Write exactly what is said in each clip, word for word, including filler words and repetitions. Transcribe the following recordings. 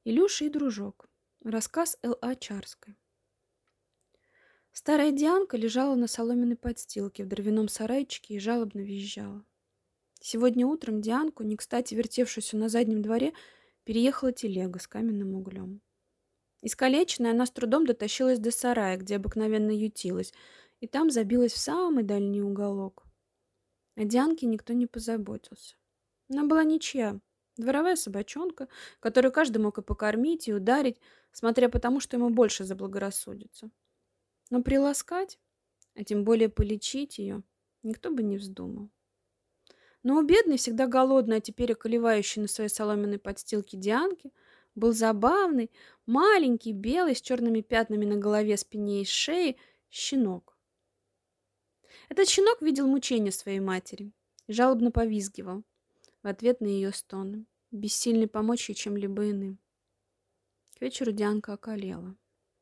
Илюша и дружок. Рассказ Л А Чарской. Старая Дианка лежала на соломенной подстилке в дровяном сарайчике и жалобно визжала. Сегодня утром Дианку, не кстати вертевшуюся на заднем дворе, переехала телега с каменным углем. Искалеченная, она с трудом дотащилась до сарая, где обыкновенно ютилась, и там забилась в самый дальний уголок. О Дианке никто не позаботился. Она была ничья. Дворовая собачонка, которую каждый мог и покормить, и ударить, смотря по тому, что ему больше заблагорассудится. Но приласкать, а тем более полечить ее, никто бы не вздумал. Но у бедной, всегда голодной, а теперь околевающей на своей соломенной подстилке Дианки, был забавный, маленький, белый, с черными пятнами на голове, спине и шее, щенок. Этот щенок видел мучения своей матери и жалобно повизгивал в ответ на ее стоны, бессильный помочь ей чем-либо иным. К вечеру Дианка околела.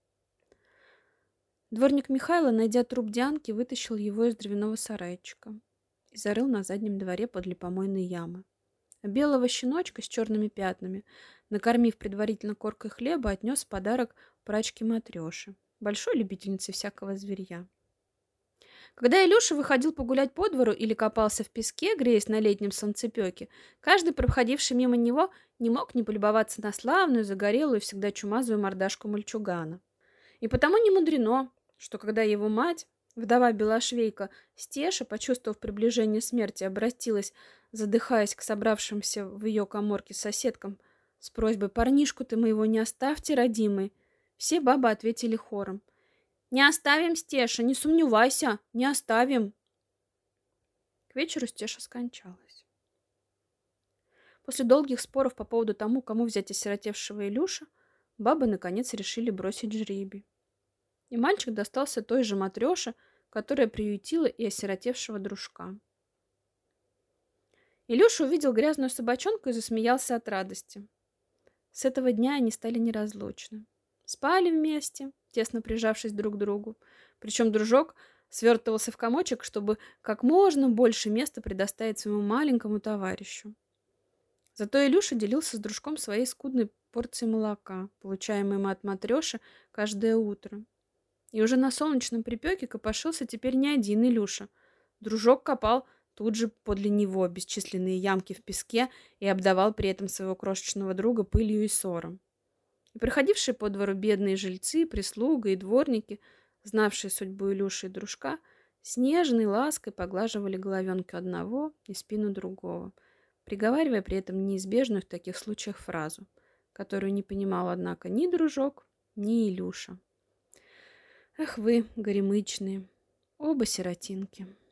Дворник Михайло, найдя труп Дианки, вытащил его из дровяного сарайчика и зарыл на заднем дворе подле помойной ямы. А белого щеночка с черными пятнами, накормив предварительно коркой хлеба, отнес в подарок прачке Матрёше, большой любительнице всякого зверья. Когда Илюша выходил погулять по двору или копался в песке, греясь на летнем солнцепёке, каждый, проходивший мимо него, не мог не полюбоваться на славную, загорелую, всегда чумазую мордашку мальчугана. И потому не мудрено, что когда его мать, вдова Белошвейка, Стеша, почувствовав приближение смерти, обратилась, задыхаясь к собравшимся в ее каморке соседкам с просьбой: «Парнишку-то моего не оставьте, родимый», все бабы ответили хором: «Не оставим, Стеша, не сомневайся, не оставим». К вечеру Стеша скончалась. После долгих споров по поводу тому, кому взять осиротевшего Илюша, бабы наконец решили бросить жребий. И мальчик достался той же Матрёше, которая приютила и осиротевшего дружка. Илюша увидел грязную собачонку и засмеялся от радости. С этого дня они стали неразлучны. Спали вместе, тесно прижавшись друг к другу. Причем дружок свертывался в комочек, чтобы как можно больше места предоставить своему маленькому товарищу. Зато Илюша делился с дружком своей скудной порцией молока, получаемой от Матрёши каждое утро. И уже на солнечном припеке копошился теперь не один Илюша. Дружок копал тут же подле него бесчисленные ямки в песке и обдавал при этом своего крошечного друга пылью и сором. И проходившие по двору бедные жильцы, прислуга и дворники, знавшие судьбу Илюши и дружка, с нежной лаской поглаживали головенку одного и спину другого, приговаривая при этом неизбежную в таких случаях фразу, которую не понимал, однако, ни дружок, ни Илюша. Эх вы, горемычные, оба сиротинки.